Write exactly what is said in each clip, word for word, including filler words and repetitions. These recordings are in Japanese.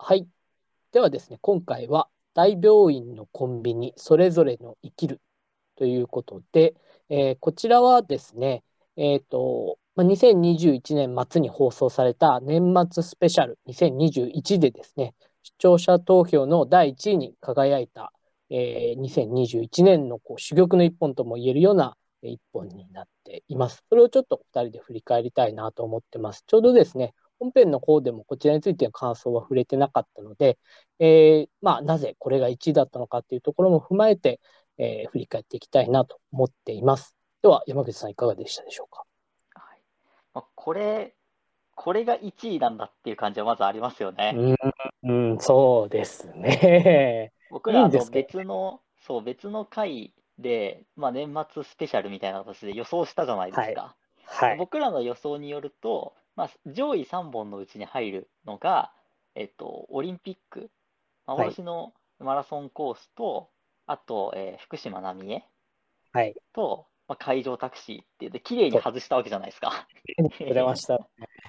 はい。ではですね、今回は大病院のコンビニそれぞれの生きるということで、えーこちらはですね、えっと、まあ、にせんにじゅういちねん末に放送された年末スペシャルにせんにじゅういちでですね、視聴者投票のだいいちいに輝いた、えーにせんにじゅういちねんのこう珠玉の一本とも言えるようなえー一本になっています。それをちょっとふたりで振り返りたいなと思ってます。ちょうどですね、本編の方でもこちらについての感想は触れてなかったので、えーまあ、なぜこれがいちいだったのかっていうところも踏まえて、えー振り返っていきたいなと思っています。では、山口さんいかがでしたでしょうか。 はい。まあ、これ、これがいちいなんだっていう感じはまずありますよね。 うーん、うんそうですね。 僕いいらあのんですけど。 別の、そう、別の回で、まあ、年末スペシャルみたいな形で予想したじゃないではい。 すか。 はい。 僕らの予想によると、まあ、上位さんぼんのうちに入るのが、えっと、オリンピック、 はい。 幻のマラソンコースと、あと、えー福島浪江はい。 と、まあ、海上タクシーっていうで、綺麗にそう。 外したわけじゃないですか。 触れました。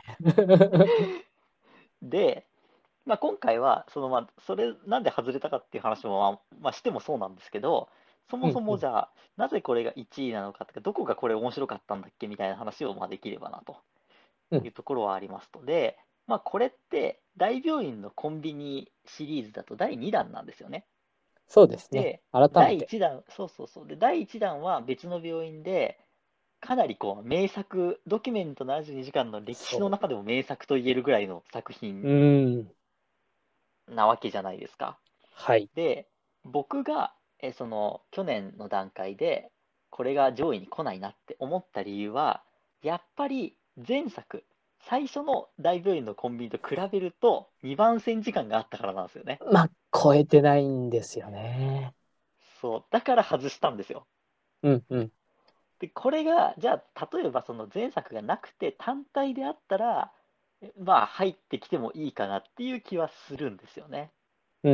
で、まあ、今回は、そのまあ、それなんで外れたかっていう話も、まあ、まあしてもそうなんですけど、そもそうん、うん、 もじゃあ、なぜこれがいちいなのかとか、どこがこれ面白かったんだっけみたいな話をまあできればなとうん。 いうところはありますので、まあ、これって大病院のコンビニシリーズだとだいにだんなんですよね。 そうですね。 で、だい改めて。 いちだん、そうそうそう。で、だいいちだんは別の病院で、かなりこう名作、ドキュメントななじゅうにじかんの歴史のそ中でも名作と言えるぐらいの作う。 品うーん。 なわけじゃないですか。 はい。 で、僕が、え、その、去年の段階で、これが上位に来ないなって思った理由は、やっぱり前作、最初の大病院のコンビニと比べると、にばん線時間があったからなんですよね。 まあ、超えてないんですよね。 そう、だから外したんですよ。 うん、うん。 で、これが、じゃあ、例えばその前作がなくて単体であったら、えまあ、入ってきてもいいかなっていう気はするんですよね。 うん。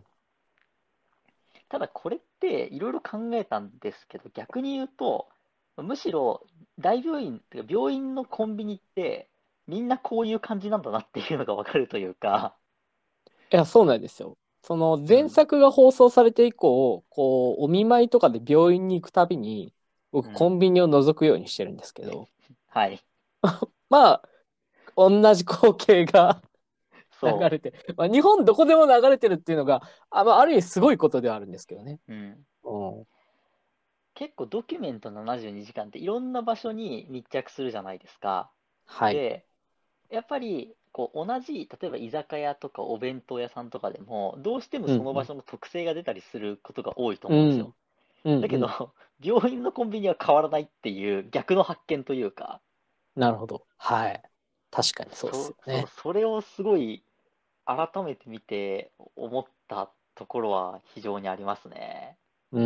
ただこれっていろいろ考えたんですけど、逆に言うと、むしろ大病院っていうか病院のコンビニってみんなこういう感じなんだなっていうのがわかるというか、 いや、そうなんですよ。その前うん、 作が放送されて以降、こう、お見舞いとかで病院に行くたびに、僕、コうん、 ンビニを覗くようにしてるんですけど、 はい、 まあ、同じ光景が流それて、まあ、日本どこでも流れてるっていうのが、あ、まあ、ある意味すごいことではあるんですけどね。 う、うん。 うん。 結構ドキュメントななじゅうにじかんっていろんな場所に密着するじゃないですか。 はい。 で、やっぱりこう同じ、例えば居酒屋とかお弁当屋さんとかでも、どうしてもその場うん、 所の特性が出たりすることが多いとうん。 思うんですよ。 うん、うん、 だけど、 うん。 病院のコンビニは変わらないっていう逆の発見というか、 なるほど。はい。確かにそうですそ、そう、 よね。 それをすごい改めて見て思ったところは非常にありますね。 うん。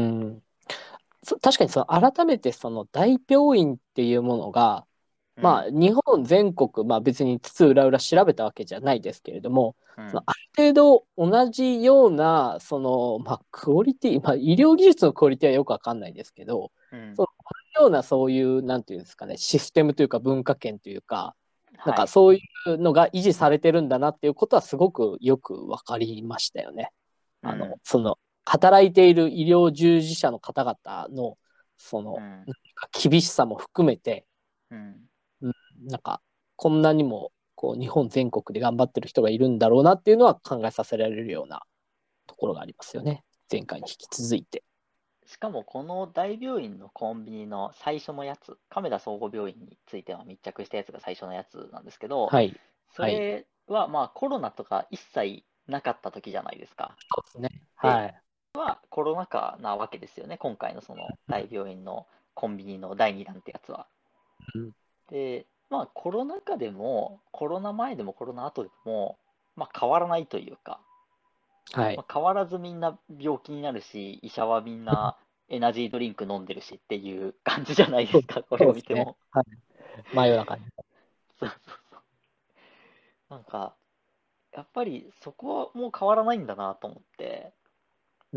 そ確かにその改めてその大病院っていうものが、まあ、 うん、 日本全国、まあ別に津々浦々調べたわけじゃないですけれども、 うん、 そのある程度同じような、その、まあクオリティ、まあ医療技術のクオリティはよくわかんないですけど、 うん、 その同じようなそういう、なんていうんですかね、システムというか文化圏というか、なんはい。 かそういうのが維持されてるんだなっていうことはすごくよくわかりましたよね。あの、 うん、 その、働いている医療従事者の方々の、その、 うん、 なんか厳しさも含めて、 うん。 うん、なんか、こんなにも、こう、日本全国で頑張ってる人がいるんだろうなっていうのは考えさせられるようなところがありますよね。前回に引き続いて。 しかもこの大病院のコンビニの最初のやつ、亀田総合病院については密着したやつが最初のやつなんですけど、 はい。 そはい。 れはまあコロナとか一切なかった時じゃないですか。 そうですね。 で、 はい。 コロナ禍なわけですよね、今回のその大病院のコンビニのだいにだんってやつは。 うん、 で、まあコロナ禍でも、コロナ前でもコロナ後でも、まあ変わらないというか、 はい。 まあ、変わらずみんな病気になるし、医者はみんなエナジードリンク飲んでるしっていう感じじゃないでそうすか、これそうですね。 を見ても。 はい。真夜中に。 そうそうそう。なんか、やっぱりそこはもう変わらないんだなと思って。 うん。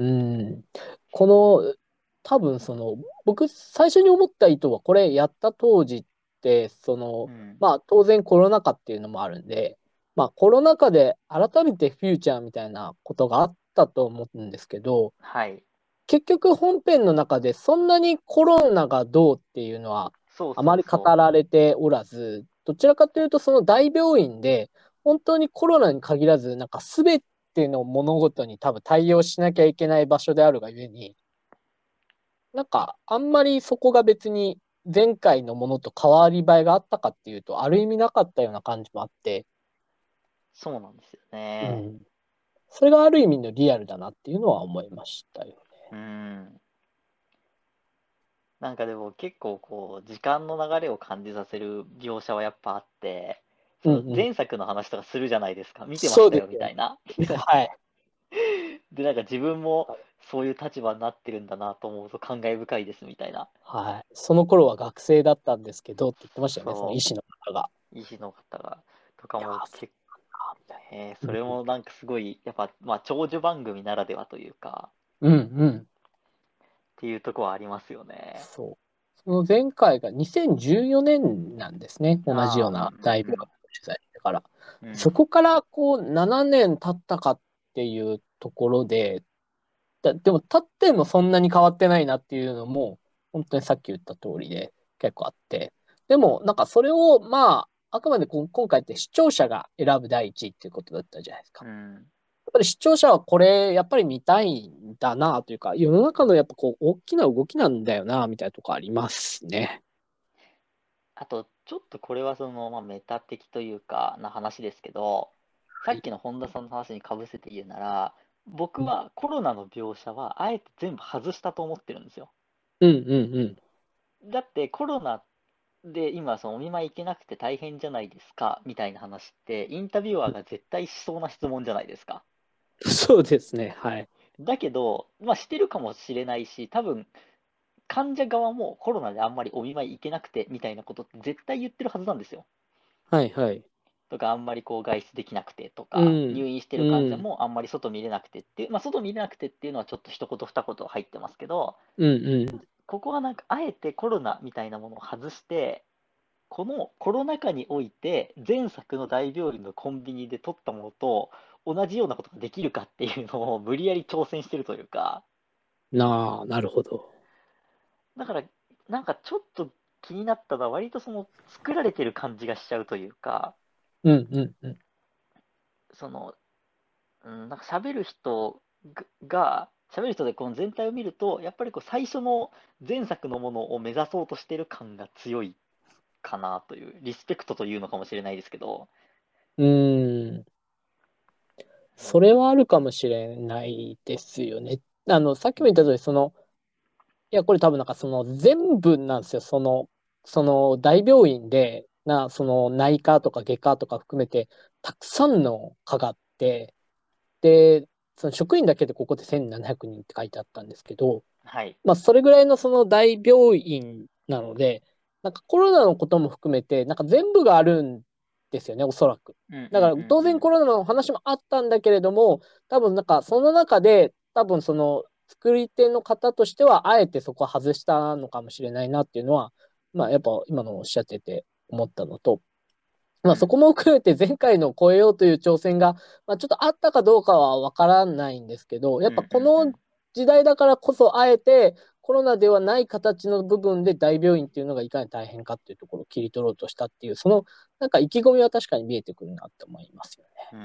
この、多分その、僕、最初に思った意図は、これやった当時って、その、 うん。 まあ、当然コロナ禍っていうのもあるんで、 まあコロナ禍で改めてフューチャーみたいなことがあったと思うんですけど、 はい。 結局本編の中でそんなにコロナがどうっていうのはそうあまり語そうそられておらず、どちらかというとその大病院で本当にコロナに限らず、なんか全ての物事に多分対応しなきゃいけない場所であるがゆえに、なんかあんまりそこが別に前回のものと変わり映えがあったかっていうと、ある意味なかったような感じもあって、 う。そうなんですよね。 うん。それがある意味のリアルだなっていうのは思いましたようん。なんかでも結構こう、時間の流れを感じさせる描写はやっぱあって、そね。うのんうん。 前作の話とかするじゃないですか。見てましたよそうですよみたいな。 ね。はい。 で、なんか自分もそういう立場になってるんだなと思うと感慨深いですみたいな。 はい。その頃は学生だったんですけどって言ってましたよね、その医そ師の方が。 う、医師の方が、とかいやー、そうも結だな、みたい構ね、 な。 それもなんかすごい、やっぱ、まあ長寿番組ならではというか、 うん、うん、うん。 っていうところはありますよね。 そう。その前回がにせんじゅうよねんなんですね。同じよああ、うんうな大病院のうん取材してから。 うん。うん。 そこからこうななねん経ったかっていうところで、だでも経ってもそんなに変わってないなっていうのも、本当にさっき言った通りで結構あって。でもなんかそれをまあ、あくまでこ今回って視聴者が選ぶ第一位っていうことだったじゃないですか。 うん。 やっぱり視聴者はこれやっぱり見たいんだなというか、世の中のやっぱこう大きな動きなんだよなみたいなとこありますね。 あと、ちょっとこれはその、まあ、メタ的というか、な話ですけど、さはい。 っきの本田さんの話にかぶせて言うなら、僕はコロナの描写はあえて全部外したと思ってるんですよ。 うんうんうん。 だってコロナで今そのお見舞い行けなくて大変じゃないですかみたいな話ってインタビュアーが絶対しそうな質問じゃないですか。 そうですね。はい。 だけど、まあしてるかもしれないし、多分患者側もコロナであんまりお見舞い行けなくてみたいなことって絶対言ってるはずなんですよ。 はいはい。 とか、あんまりこう外出できなくてとうか、入ん。 院してる患者うん。 もあんまり外見れなくてっていう、まあ、外見れなくてっていうのはちょっと一言二言入ってますけど、 うんうん。 ここはなんかあえてコロナみたいなものを外して、このコロナ禍において前作の大病院のコンビニで撮ったものと同じようなことができるかっていうのを無理やり挑戦してるというか、 なあ、なるほど。 だからなんかちょっと気になったのは割とその作られてる感じがしちゃうというか、 うんうんうん。 そのうん、なんか喋る人が、喋る人でこの全体を見ると、やっぱりこう最初の前作のものを目指そうとしてる感が強いかなという、リスペクトというのかもしれないですけど、 うーん。それうん、 はあるかもしれないですよね。あの、さっきも言った通り、その、いや、これ多分なんかその全部なんですよ。その、その大病院で、な、その内科とか外科とか含めて、たくさんの科があって、で、その職員だけでここでせんななひゃくにんって書いてあったんですけど、 はい。 まあ、それぐらいのその大病院なので、なんかコロナのことも含めて、なんか全部があるんですよね、おそらく。 うんうんだから当然うんコロナの話もあったんだけれども、多分なんかその中で、多分その作り手の方としては、あえてそこは外したのかもしれないなっていうのは、まあやっぱ今のおっしゃってて思ったのと、まあ、そうん。 こも含めて前回の超えようという挑戦が、まあ、ちょっとあったかどうかはわからないんですけど、やうんっぱこのうんうん。 時代だからこそ、あえてコロナではない形の部分で大病院っていうのがいかに大変かっていうところを切り取ろうとしたっていう、そのなんか意気込みは確かに見えてくるなって思いますようん。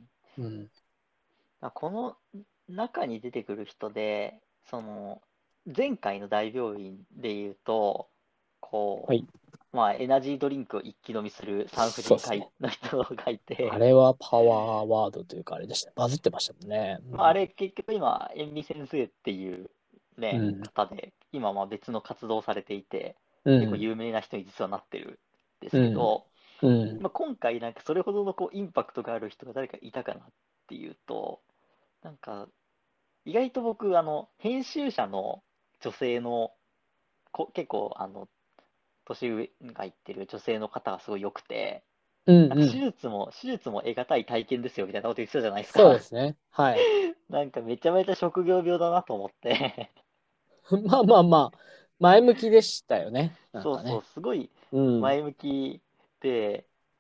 ね。うん。 この中に出てくる人で、その前回の大病院で言うと、こはい。 う、まあエナジードリンクを一気飲みする産婦人科医そうですね。 の人がいて、 あれはパワーワードというかあれでしたね。バズってましたもんね。 まあ、あれ結局今、遠見先生っていううん。 ね、 うん。 方で、今まあ別の活動をされていて、結構うん。 有名な人に実はなってるんですうん。 けど、 うん。 まあ、今回なんかそれほどのこうインパクトがある人が誰かいたかなっていうと、なんか意外と僕、あの、編集者の女性の、こ結構あの、年上が言ってる女性の方がすごい良くて、 うん。 なんか手うん。 術も、手術も得難い体験ですよみたいなこと言ってたじゃないですか。 そうですね。はい。 なんかめちゃめちゃ職業病だなと思ってまあまあまあ、前向きでしたよね。なんそうそう、 かね。 すごいうん。 前向きで、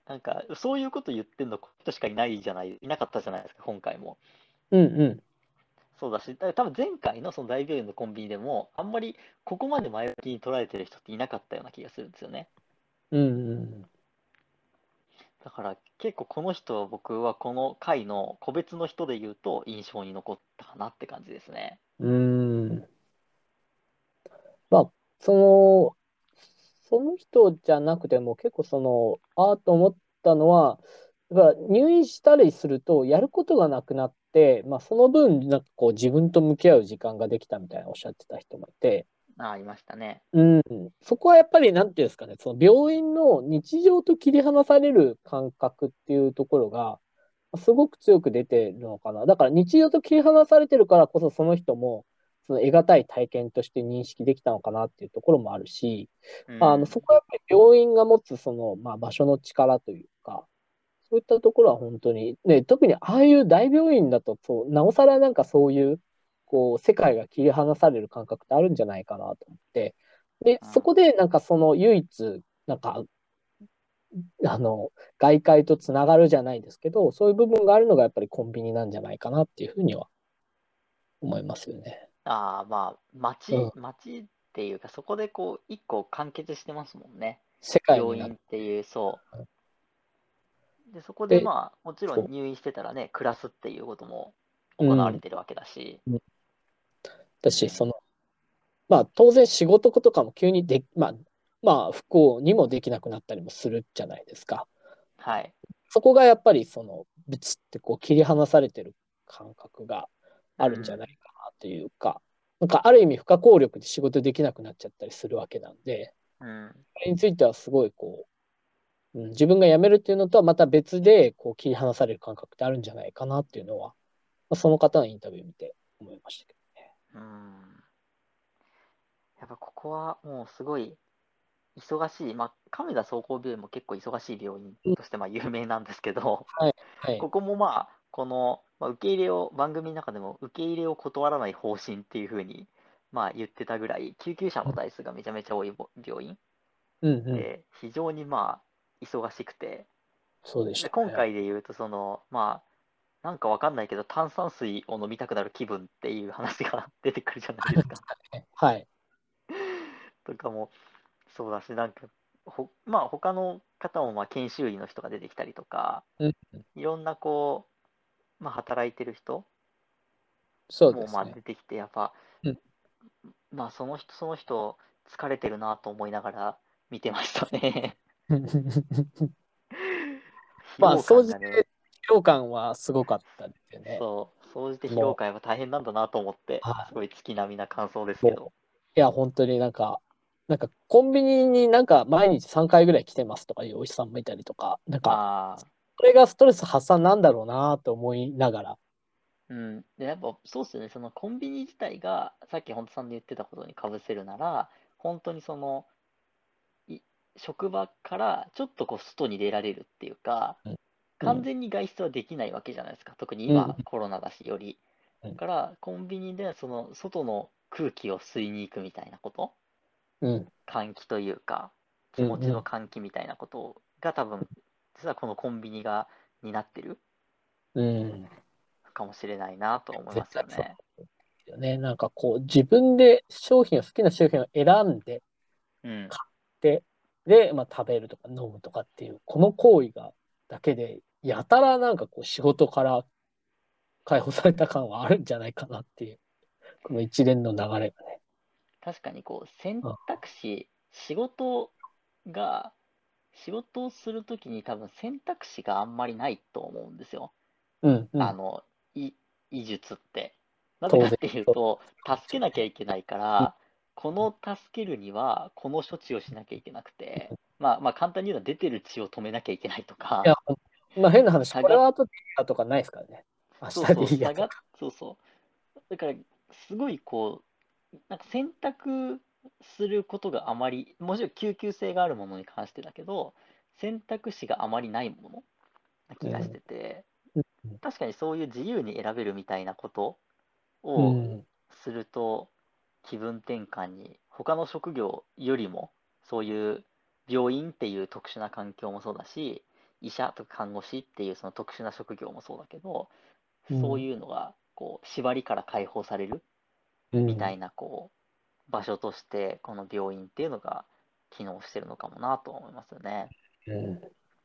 なんか、そういうこと言ってんのこの人しかいないじゃない、いなかったじゃないですか、今回も。 うんうん。 そうだし、だから多分前回のその大病院のコンビニでも、あんまりここまで前向きに捉えてる人っていなかったような気がするんですよね。 うんうん。 だから結構この人は僕はこの回の個別の人で言うと印象に残ったかなって感じですね。 うーん。まあ、その、その人じゃなくても結構その、ああと思ったのは、やっぱ入院したりするとやることがなくなって、まあその分なんかこう自分と向き合う時間ができたみたいなおっしゃってた人もいて、 ああ、いましたね。 うん、そこはやっぱりなんていうんですかね、その病院の日常と切り離される感覚っていうところが、すごく強く出てるのかな。だから日常と切り離されてるからこそその人も、その得難い体験として認識できたのかなっていうところもあるし、あの、 うん。 そこはやっぱり病院が持つその、まあ、場所の力というか、そういったところは本当に、ね、特にああいう大病院だと、そう、なおさらなんかそういう、こう、世界が切り離される感覚ってあるんじゃないかなと思って、で、 うん。 そこでなんかその唯一、なんか、あの、外界とつながるじゃないですけど、そういう部分があるのがやっぱりコンビニなんじゃないかなっていうふうには思いますよね。 ああ、まあ、 うん。 街、街っていうか、そこでこう、一個完結してますもんね。 世界になる。 病院っていう、そう。で、そこでで、 まあ、もちろそん入院してたらね、暮らすっていうこともう。 行うん。 われてるわけだし、う私、そん。 の、まあ、当然仕事とかも急にで、まあ、まあ、不幸にもできなくなったりもするじゃないですか。 はい。 そこがやっぱり、その、ブツってこう切り離されてる感覚があるんじゃうん。 ないかなというか、なんかある意味不可抗力で仕事できなくなっちゃったりするわけなんで、 うん。 それについてはすごいこう、うん、自分が辞めるっていうのとはまた別でこう切り離される感覚ってあるんじゃないかなっていうのは、まあ、その方のインタビュー見て思いましたけどね。 うん。やっぱここはもうすごい忙しい、まあ、亀田総合病院も結構忙しい病院うん、 としてまあ有名なんですけど、 はい、はい。 ここもまあ、この、まあ、受け入れを、番組の中でも受け入れを断らない方針っていうふうに、まあ言ってたぐらい、救急車の台数がめちゃめちゃ多い病院うん、うん。 で、非常にまあ、忙しくて、 そうでしで、今たね。 回で言うと、その、まあ、なんかわかんないけど、炭酸水を飲みたくなる気分っていう話が出てくるじゃないですか。 はい。 とかも、そうだし、なんか、ほ、まあ、他の方も、まあ、研修医の人が出てきたりとか、 うん、 いろんな、こう、まあ、働いてる人も、まあ、 そうですね。 出てきて、やっぱ、 うん。 まあ、その人、その人、疲れてるなと思いながら見てましたね。疲まあ、 労総じて感がね、 疲労感はすごかったですよね。 そう、総じて疲労も感は大変なんだなと思って、 う、はすごい月並みな感想ですい。もけど。 う、いや、本当になんか、なんかコンビニになんか毎日さんかいぐらい来てますとかいうおじさんもいたりとか、なんか、 ああ、 それがストレス発散なんだろうなと思いながら。 うん。で、やっぱそうっすよね。そのコンビニ自体が、さっき本田さんで言ってたことにかぶせるなら、本当にその、い職場からちょっとこう外に出られるっていうか、 うん。うん。 完全に外出はできないわけじゃないですか。特にうん。 今コロナだし、より。 うん。 だからコンビニでその外の空気を吸いに行くみたいなこと、 うん。 換気というか、気持ちのうん。 換気みたいなことが多分、実はこのコンビニが担ってるうん。 かもしれないなと思いま絶対そうすよね。 ですよね。なんかこう、自分で商品を、好きな商品を選んで、 うん。 買って、で、まあ、食べるとか飲むとかっていう、この行為が、だけで、やたらなんかこう、仕事から解放された感はあるんじゃないかなっていう、この一連の流れがね。 確かにこう選うん。 択肢、仕事が、仕事をするときに多分選択肢があんまりないと思うんですよ。 うん。うん。 あの、い、医術って。なぜ当然。 かっていうそうと、助けなきゃですよね。 いけないかうん。 ら、この助けるには、この処置をしなきゃいけなくて、まあまあ簡単に言うのは出てる血を止めなきゃいけないといや、 か、 まあ変な話、 差が、 これは後でいいやとかないですからね。明そうそう、 日でいいや差が、 とか。 そうそう。だから、すごいこう、なんか選択することがあまり、もちろん救急性があるものに関してだけど、選択肢があまりないものな気がしうん。 てて、 うん。 確かにそういう自由に選べるみたいなことをうん。 すると、気分転換に、他の職業よりも、そういう病院っていう特殊な環境もそうだし、 医者とか看護師っていうその特殊な職業もそうだけど、 うんそういうのがこう縛りから解放されるうんみたいなこう場所としてこの病院っていうのが機能してるのかもなと思いますよね。 うん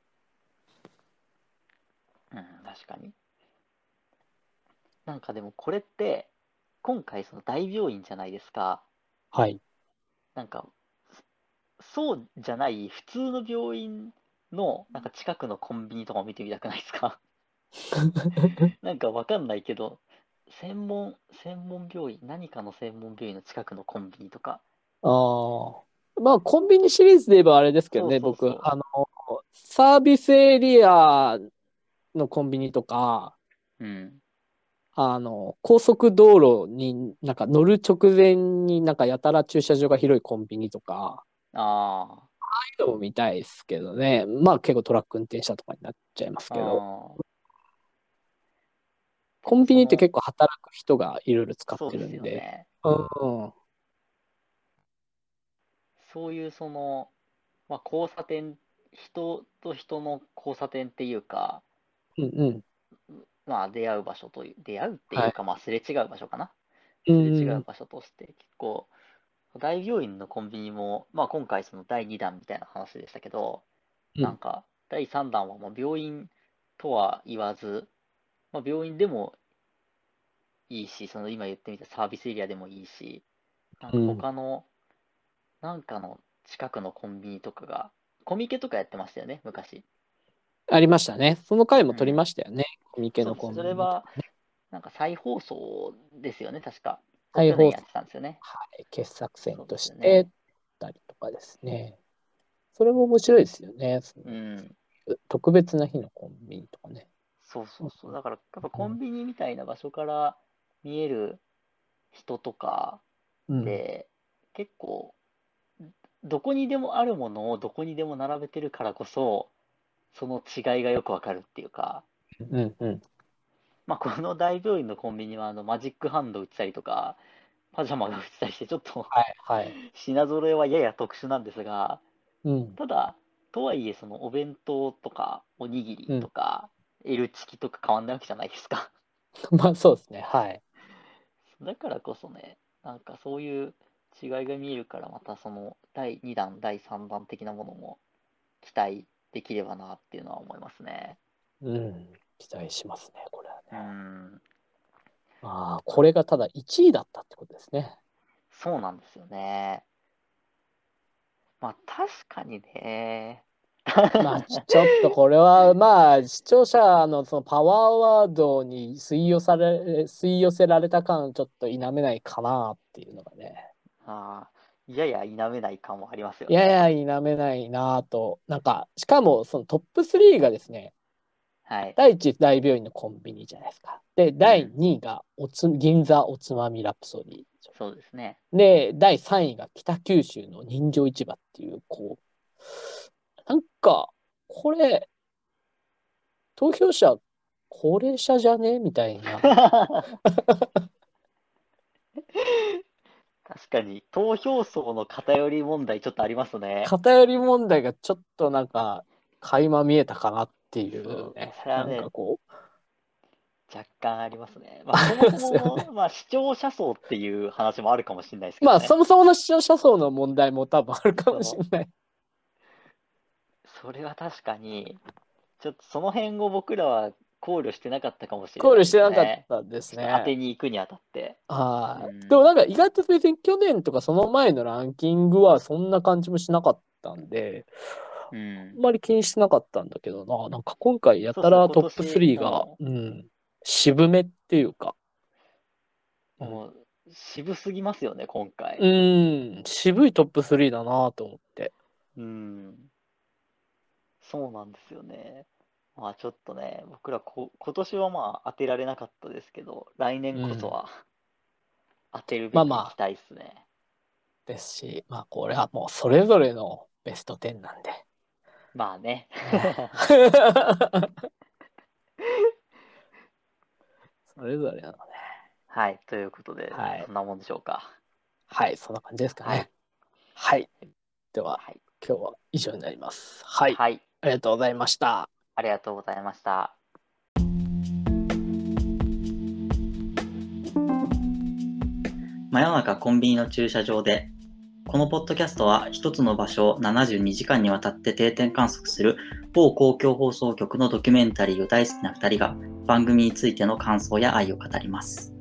うん、確かに。なんかでもこれって今回その大病院じゃないですか。 はい。 なんかそうじゃない普通の病院のなんか近くのコンビニとかを見てみたくないですか？なんかわかんないけど、専門、専門病院、何かの専門病院の近くのコンビニとか。 ああ。まあ、コンビニシリーズで言えばあれですけどそうね、僕、 そうそあの、サービスエリアのコンビニとか、 う。うん。 あの、高速道路になんか乗る直前になんかやたら駐車場が広いコンビニとか、 あそういうのも見たいですけどね。まあ結構トラック運転者とかになっちゃいますあ、 けど、 ああ。でコンビニってもその、 結構働く人がいろいろ使っそうですてるんで、 よね。 うん、うんそういうその、まあ、交差点、人と人の交差点っていうか、 うん、 まあ、出会う場所という、出会うっていはい。 うか、まあ、すれ違う場所かな。 うすれ違うん、 場所として、結構、大病院のコンビニも、まあ、今回そのだいにだんみたいな話でしたけど、 うん、 なんか、だいさんだんはもう病院とは言わず、まあ、病院でもいいし、その今言ってみたサービスエリアでもいいし、なんかうん。 他の、なんかの近くのコンビニとかが、コミケとかやってましたよね、昔。 ありましたね。その回も撮りまうん。 したよね。コミケそうです。 のコンビそれは、 ニとかね。 なんか再放送ですよね、確か。を再放送、 去年やってたんですよね。 はい、傑作選そうでとしすよね。 てたりとかですね。それも面白いですよね。そのうん。 特別な日のコンビニとかね。 そうそうそう。だから、やっぱうん。 コンビニみたいな場所から見える人とかうん。 で、結構、どこにでもあるものをどこにでも並べてるからこそ、その違いがよくわかるっていうか、 うん。うん。 まあ、この大病院のコンビニはあのマジックハンド売ってたりとか、パジャマが売ってたりして、ちょっとはい。はい。 品揃えはやや特殊なんですが、 うん。 ただ、とはいえ、そのお弁当とか、おにぎりうん。 とか、L チキとか変わんないわけじゃないですか。 まあそうですね。はい。 だからこそね、なんかそういう違いが見えるから、またそのだいにだん、だいさんだん的なものも期待できればなっていうのは思いますね。 うん。期待しますね。これはね。 うーん、 ああ、これがただいちいだったってことですね。 そうなんですよね。まあ確かにね。 まあ、ちちょっとこれは、まあ、視聴者のそのパワーワードに吸い寄され、吸い寄せられた感、ちょっと否めないかなっていうのがね。 ああ、やや否めない感はありますよいやね。 いや、否めないなと。なんか、しかもそのトップスリーがですね、 はい。 だいいち大病院のコンビニじゃないですか。で、だいうん、 にいがおつ銀座おつまみラプソディ。 そうですね。 で、だいさんいが北九州の人情市場っていう、こう、なんか、これ、投票者、高齢者じゃねみたいな。 確かに、投票層の偏り問題ちょっとありますね。 偏り問題がちょっとなんか、垣間見えたかなっていそう、 うね。なんかそれはね、 こう、 若干ありますね。まあ、 あそもそりますよもの、 ね。 まあ、視聴者層っていう話もあるかもしれないですけまあ、 どね。 そもそもの視聴者層の問題も多分あるかもしその、 れない。 それは確かに、ちょっとその辺を僕らは考慮してなかったかもしれ考ないで慮してなかっすね。 たですちょっと当ね。 てに行くにあたって。うはい。でもなん。 んか意外と別に去年とかその前のランキングはそんな感じもしなかったんで、 うん。 あんまり気にしてなかったんだけどな。なんか今回やそうですね、 たらトップ今年、 スリーが、 もうん、渋めっていうか、 う、 うん、 もう、渋すぎますよね、今回。 うん、渋いトップスリーだなと思って。 うん。そうなんですよね。まあちょっとね、僕らこ、今年はまあ当てられなかったですけど、来年うん。 こそは当てるべまあまあ、 く行きたいっすね。 ですし、まあこれはもうそれぞれのベストテンなんで。 まあね。 ね。それぞれのね。 はい、ということで、 はい。 そんなもんでしょうか。 はい、そんな感じですかはい。 ね。はい。では、 はい。 今日は以上になります。はい。 はい。 ありがとうございました。 ありがとうございました。 真夜中コンビニの駐車場で。このポッドキャストは一つの場所をななじゅうにじかんにわたって定点観測する某公共放送局のドキュメンタリーを大好きなふたりが番組についての感想や愛を語ります。